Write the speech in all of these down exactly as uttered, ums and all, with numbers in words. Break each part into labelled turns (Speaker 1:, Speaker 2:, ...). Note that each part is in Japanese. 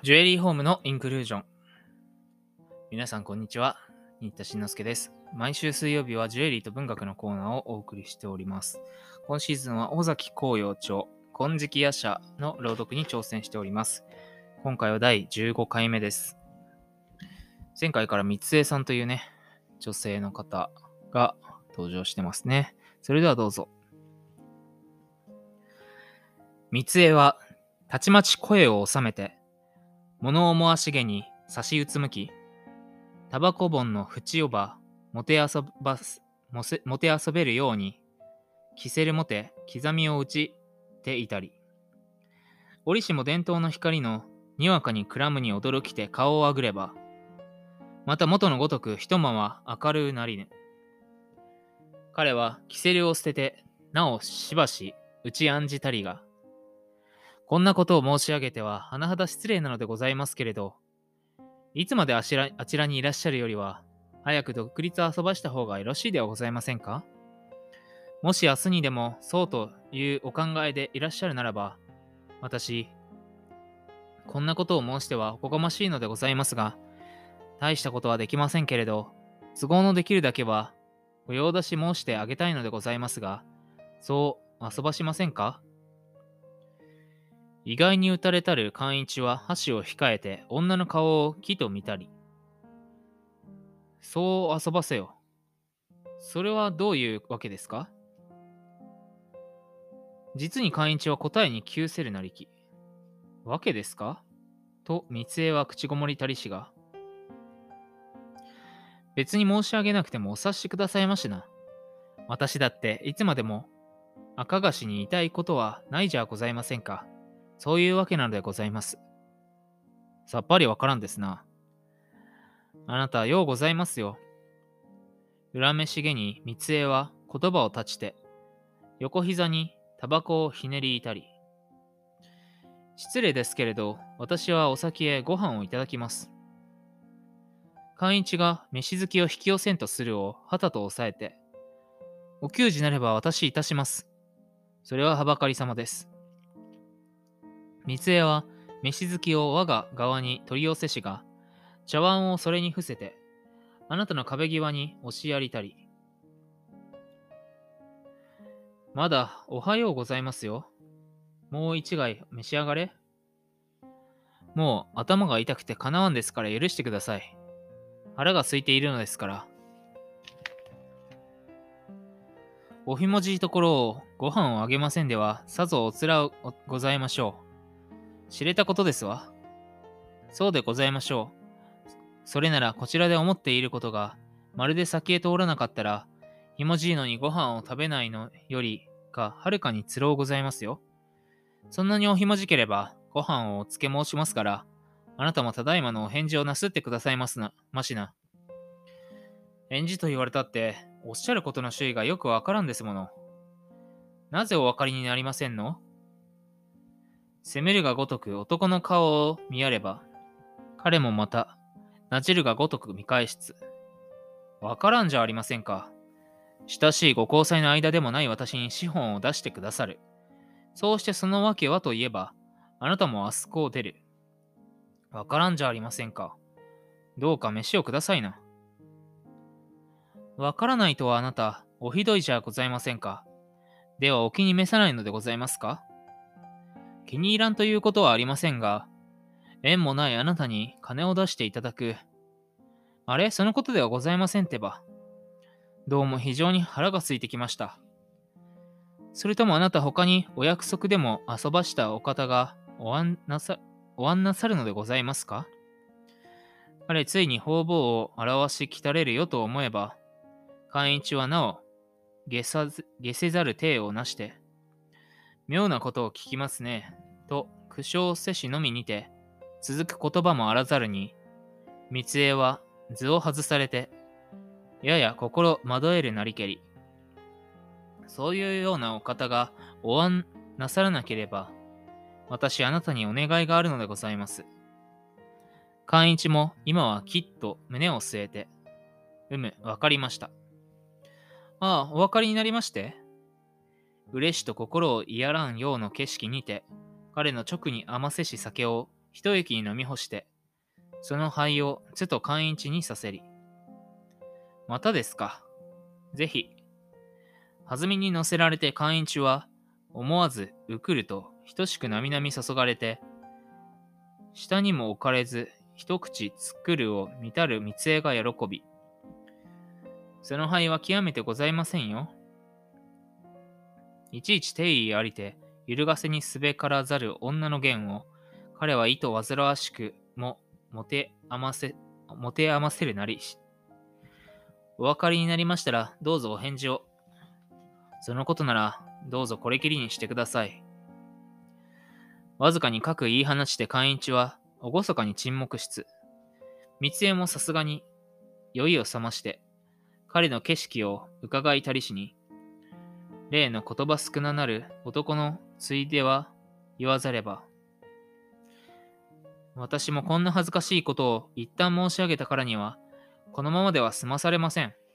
Speaker 1: ジュエリーホームのインクルージョン。皆さんこんにちは。新田慎之介です。毎週水曜日はジュエリーと文学のコーナーをお送りしております。今シーズンは尾崎紅葉著金色夜叉の朗読に挑戦しております。今回はだいじゅうごかいめです。前回から三江さんというね、女性の方が登場してますね。それではどうぞ。三江はたちまち声を収めて、物思わしげに差しうつむき、タバコ盆の縁をば、もてあそばす、もせ、もてあそべるように、キセルもて、刻みを打ちていたり、折しも伝統の光の、にわかにくらむに驚きて顔をあぐれば、また元のごとく一間は明るうなりぬ。彼はキセルを捨てて、なおしばし打ち案じたりが、こんなことを申し上げては、甚だ失礼なのでございますけれど、いつまであちらあちらにいらっしゃるよりは、早く独立遊ばした方がよろしいではございませんか？もし明日にでもそうというお考えでいらっしゃるならば、私、こんなことを申してはおこがましいのでございますが、大したことはできませんけれど、都合のできるだけは、ご用出し申してあげたいのでございますが、そう遊ばしませんか？意外に打たれたる寛一は箸を控えて女の顔を木と見たり、そう遊ばせよ。それはどういうわけですか？実に寛一は答えに窮せるなりき。わけですかと三江は口ごもりたりしが、別に申し上げなくてもお察しくださいましな。私だっていつまでも赤菓子にいたいことはないじゃございませんか。そういうわけなのでございます。さっぱりわからんですな。あなたようございますよ。恨めしげに三江は言葉を立ちて、横膝にタバコをひねりいたり、失礼ですけれど、私はお先へご飯をいただきます。寛一が飯好きを引き寄せんとするを旗と押さえて、お給仕なれば私いたします。それははばかり様です。三江は飯好きを我が側に取り寄せしが、茶碗をそれに伏せて、あなたの壁際に押しやりたり。まだおはようございますよ。もう一貝召し上がれ。もう頭が痛くてかなわんですから許してください。腹が空いているのですから。おひもじいところをご飯をあげませんでは、さぞおつらうございましょう。知れたことですわ。そうでございましょう。それならこちらで思っていることが、まるで先へ通らなかったら、ひもじいのにご飯を食べないのよりか、はるかにつろうございますよ。そんなにおひもじければ、ご飯をおつけ申しますから、あなたもただいまのお返事をなすってくださいますな、ましな。返事と言われたって、おっしゃることの周囲がよくわからんですもの。なぜお分かりになりませんの？責めるがごとく男の顔を見やれば、彼もまた、なじるがごとく見返しつ。わからんじゃありませんか。親しいご交際の間でもない私に資本を出してくださる。そうしてそのわけはといえば、あなたもあそこを出る。わからんじゃありませんか。どうか飯をくださいな。わからないとはあなた、おひどいじゃございませんか。ではお気に召さないのでございますか？気に入らんということはありませんが、縁もないあなたに金を出していただく。あれそのことではございませんってば。どうも非常に腹が空いてきました。それともあなた他にお約束でも遊ばしたお方がお案なさ、お案なさるのでございますか？彼ついに方々を表しきたれるよと思えば、寛一はなお、下さず下せざる体をなして、妙なことを聞きますね、と苦笑せしのみにて、続く言葉もあらざるに、三江は図を外されて、やや心惑えるなりけり。そういうようなお方がお案なさらなければ、私あなたにお願いがあるのでございます。寛一も今はきっと胸を据えて、うむ、わかりました。ああ、お分かりになりまして。嬉しと心をいやらんようの景色にて、彼の直に甘せし酒を一息に飲み干して、その灰をつと寛一にさせり。またですか。ぜひ。弾みに乗せられて寛一は、思わずうくると等しくなみなみ注がれて、下にも置かれず、一口作るを見たる三江が喜び、その灰は極めてございませんよ。いちいち定位ありて、揺るがせにすべからざる女の弦を、彼は意図煩わしくも持て余せ、持て余せるなりし。お分かりになりましたら、どうぞお返事を。そのことなら、どうぞこれきりにしてください。わずかに各言い放ちて寛一は、おごそかに沈黙しつ。三江もさすがに、酔いを覚まして、彼の景色を伺いたりしに、例の言葉少ななる男のついでは言わざれば、私もこんな恥ずかしいことを一旦申し上げたからには、このままでは済まされません。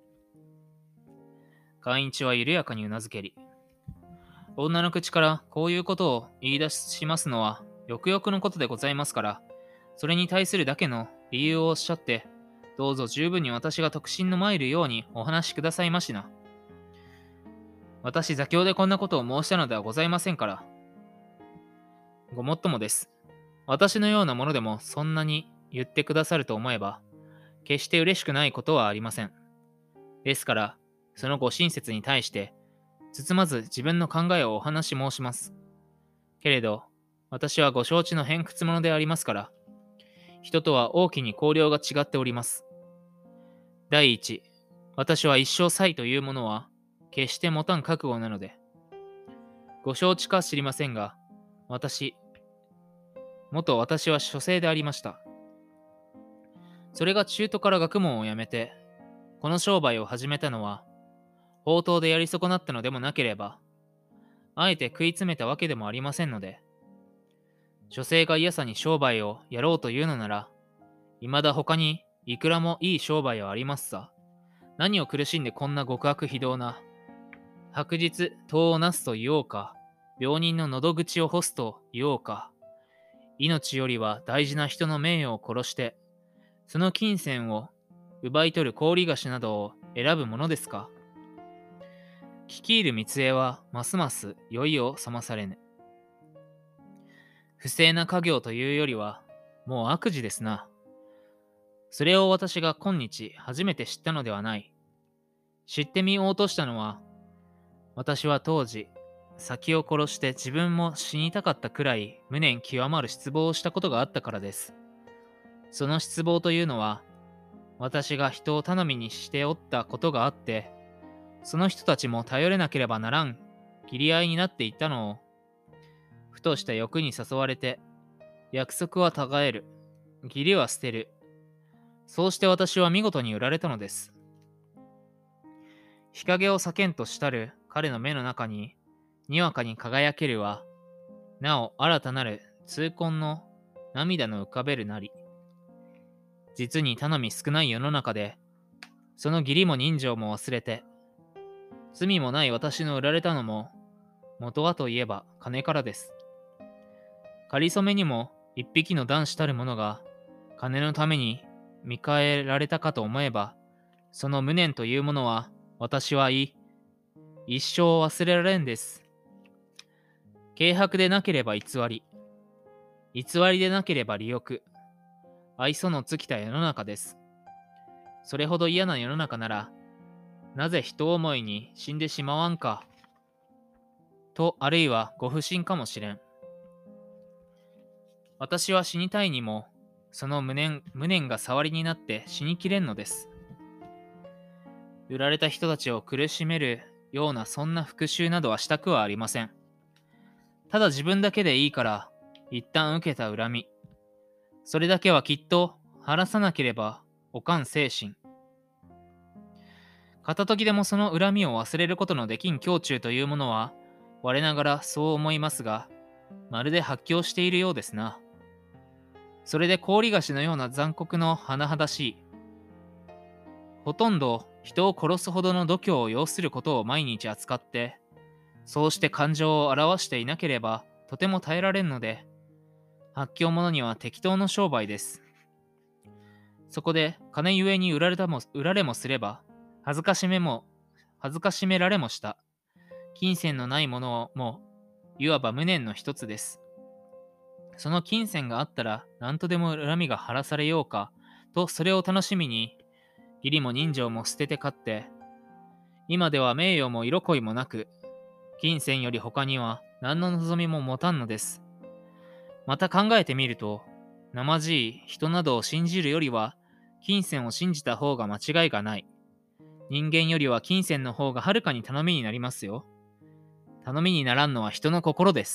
Speaker 1: 寛一は緩やかにうなずけり、女の口からこういうことを言い出しますのは、よくよくのことでございますから、それに対するだけの理由をおっしゃって、どうぞ十分に私が特進の参るようにお話しくださいましな。私座興でこんなことを申したのではございませんから。ごもっともです。私のようなものでもそんなに言ってくださると思えば、決して嬉しくないことはありません。ですから、そのご親切に対して、包まず自分の考えをお話し申します。けれど、私はご承知の偏屈者でありますから、人とは大きに光量が違っております。第一、私は一生才というものは、決して持たん覚悟なので、ご承知か知りませんが、私、元私は書生でありました。それが中途から学問をやめて、この商売を始めたのは、放蕩でやり損なったのでもなければ、あえて食い詰めたわけでもありませんので、書生が嫌さに商売をやろうというのなら、未だ他にいくらもいい商売はありますさ。何を苦しんでこんな極悪非道な、白日戸をなすと言おうか、病人の喉口を干すと言おうか、命よりは大事な人の名誉を殺して、その金銭を奪い取る高利貸しなどを選ぶものですか。聞き入る三江はますます酔いを覚まされぬ。不正な家業というよりは、もう悪事ですな。それを私が今日初めて知ったのではない。知ってみようとしたのは、私は当時、先を殺して自分も死にたかったくらい無念極まる失望をしたことがあったからです。その失望というのは、私が人を頼みにしておったことがあって、その人たちも頼れなければならん義理合いになっていったのを、ふとした欲に誘われて、約束は違える、義理は捨てる。そうして私は見事に売られたのです。日陰を避けんとしたる彼の目の中に、にわかに輝けるは、なお新たなる痛恨の涙の浮かべるなり。実に頼み少ない世の中で、その義理も人情も忘れて、罪もない私の売られたのも、元はといえば金からです。仮初めにも一匹の男子たる者が、金のために見返られたかと思えば、その無念というものは、私は言い、一生忘れられんです。軽薄でなければ偽り、偽りでなければ利欲、愛想の尽きた世の中です。それほど嫌な世の中なら、なぜ人思いに死んでしまわんか、とあるいはご不審かもしれん。私は死にたいにも、その無念、無念が触りになって死にきれんのです。売られた人たちを苦しめるようなそんな復讐などはしたくはありません。ただ自分だけでいいから、一旦受けた恨み。それだけはきっと晴らさなければおかん精神。片時でもその恨みを忘れることのできん胸中というものは、我ながらそう思いますが、まるで発狂しているようですな。それで氷菓子のような残酷の甚だしい。ほとんど人を殺すほどの度胸を要することを毎日扱って、そうして感情を表していなければとても耐えられんので、 発狂者には適当の商売です。そこで金ゆえに売られたも売られもすれば、恥ずかしめも恥ずかしめられもした。金銭のないものもいわば無念の一つです。その金銭があったら何とでも恨みが晴らされようかと、それを楽しみに義理も人情も捨てて勝って、今では名誉も色恋もなく、金銭より他には何の望みも持たんのです。また考えてみると、生じい人などを信じるよりは、金銭を信じた方が間違いがない。人間よりは金銭の方がはるかに頼みになりますよ。頼みにならんのは人の心です。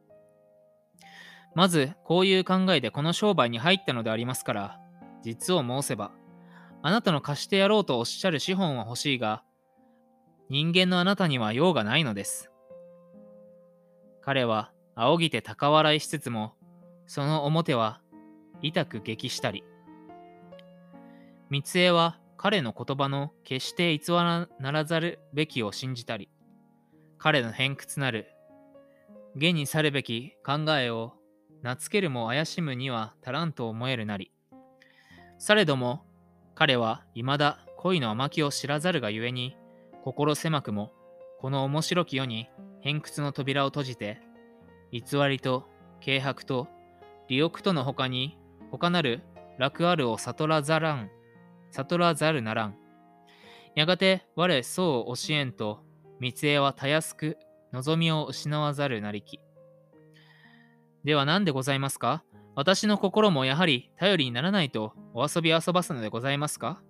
Speaker 1: まず、こういう考えでこの商売に入ったのでありますから、実を申せば、あなたの貸してやろうとおっしゃる資本は欲しいが、人間のあなたには用がないのです。彼は仰ぎて高笑いしつつも、その表は痛く激したり、三江は彼の言葉の決して偽らならざるべきを信じたり、彼の偏屈なる、現に去るべき考えを名付けるも怪しむには足らんと思えるなり、されども彼は未だ恋の甘きを知らざるがゆえに、心狭くもこの面白き世に偏屈の扉を閉じて、偽りと軽薄と利欲との他に他なる楽あるを悟らざらん、悟らざるならん。やがて我そう教えんと、三江はたやすく望みを失わざるなりき。では何でございますか？私の心もやはり頼りにならないとお遊び遊ばすのでございますか？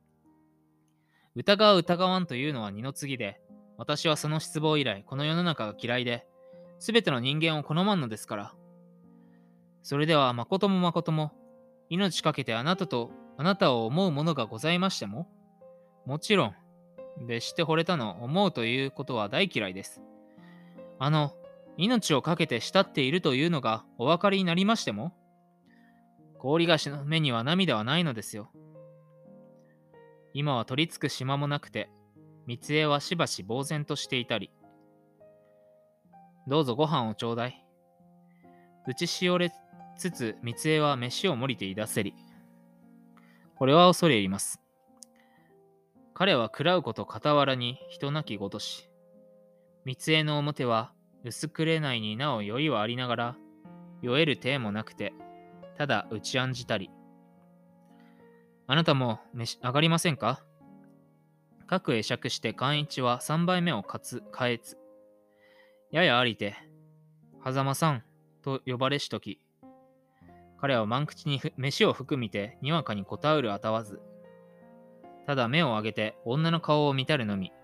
Speaker 1: 疑う疑わんというのは二の次で、私はその失望以来この世の中が嫌いで、すべての人間を好まんのですから。それでは誠も誠も、命かけてあなたとあなたを思うものがございましても、もちろん、別して惚れたのを思うということは大嫌いです。あの、命をかけて慕っているというのがお分かりになりましても、氷菓子の目には涙はないのですよ。今は取り付く島もなくて、三江はしばし呆然としていたり、どうぞご飯をちょうだい。打ちしおれつつ三江は飯を盛りていだせり。これは恐れ入ります。彼は喰らうこと傍らに人なきごとし、三江の表は薄くれないになお酔いはありながら、酔える体もなくて、ただ打ち案じたり。あなたも召し上がりませんか？各会釈して寛一は三杯目をかつ返つ。ややありて、狭間さんと呼ばれしとき、彼は満口にふ飯を含みてにわかに答うるあたわず、ただ目を上げて女の顔を見たるのみ。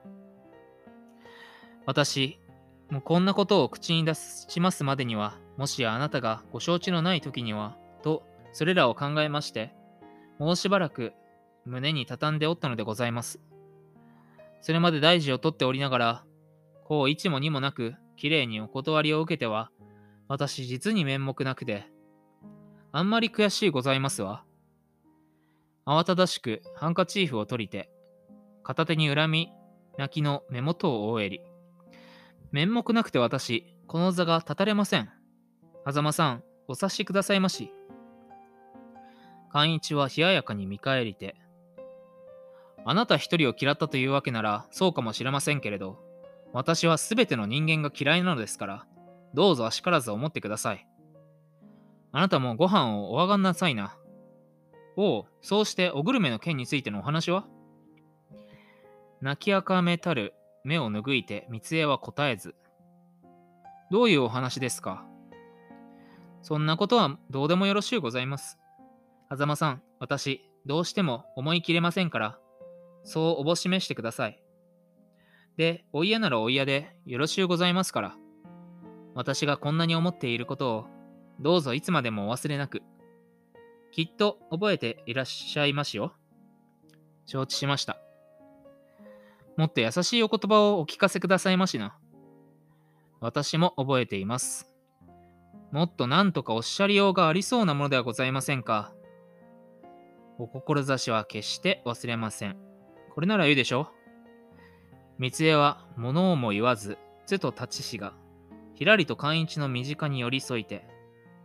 Speaker 1: 私、もうこんなことを口に出しますまでには、もしやあなたがご承知のない時には、と、それらを考えまして、もうしばらく胸に畳んでおったのでございます。それまで大事をとっておりながら、こう一も二もなく、きれいにお断りを受けては、私実に面目なくで、あんまり悔しいございますわ。慌ただしくハンカチーフを取りて、片手に恨み泣きの目元を覆えり、面目なくて私、この座が立たれません。狭間さん、お察しくださいまし。寛一は冷ややかに見返りて、あなた一人を嫌ったというわけならそうかもしれませんけれど、私はすべての人間が嫌いなのですから、どうぞあしからず思ってください。あなたもご飯をおあがんなさいな。おう、そうしておぐるめの件についてのお話は？泣きあかめたる目を拭いて三江は答えず、どういうお話ですか？そんなことはどうでもよろしゅうございます。狭間さん、私、どうしても思い切れませんから、そうおぼしめしてください。で、お嫌ならお嫌でよろしゅうございますから、私がこんなに思っていることを、どうぞいつまでもお忘れなく。きっと覚えていらっしゃいましよ。承知しました。もっと優しいお言葉をお聞かせくださいましな。私も覚えています。もっと何とかおっしゃりようがありそうなものではございませんか。お志は決して忘れません。これならいいでしょう。三江は物をも言わず、つと立ちしが、ひらりと寛一の身近に寄り添いて、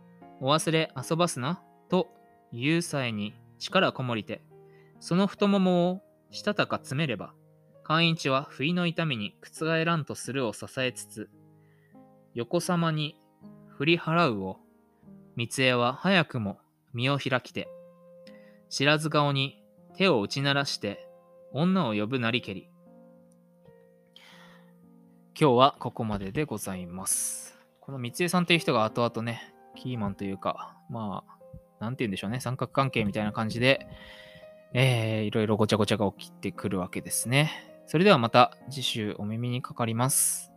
Speaker 1: お忘れ遊ばすな、と言う際に力こもりて、その太ももをしたたか詰めれば、寛一は不意の痛みに覆らんとするを支えつつ、横さまに振り払うを、三江は早くも身を開きて、知らず顔に手を打ち鳴らして、女を呼ぶなりけり。今日はここまででございます。この三江さんという人が後々ね、キーマンというか、まあ、なんて言うんでしょうね、三角関係みたいな感じで、えー、いろいろごちゃごちゃが起きてくるわけですね。それではまた次週お耳にかかります。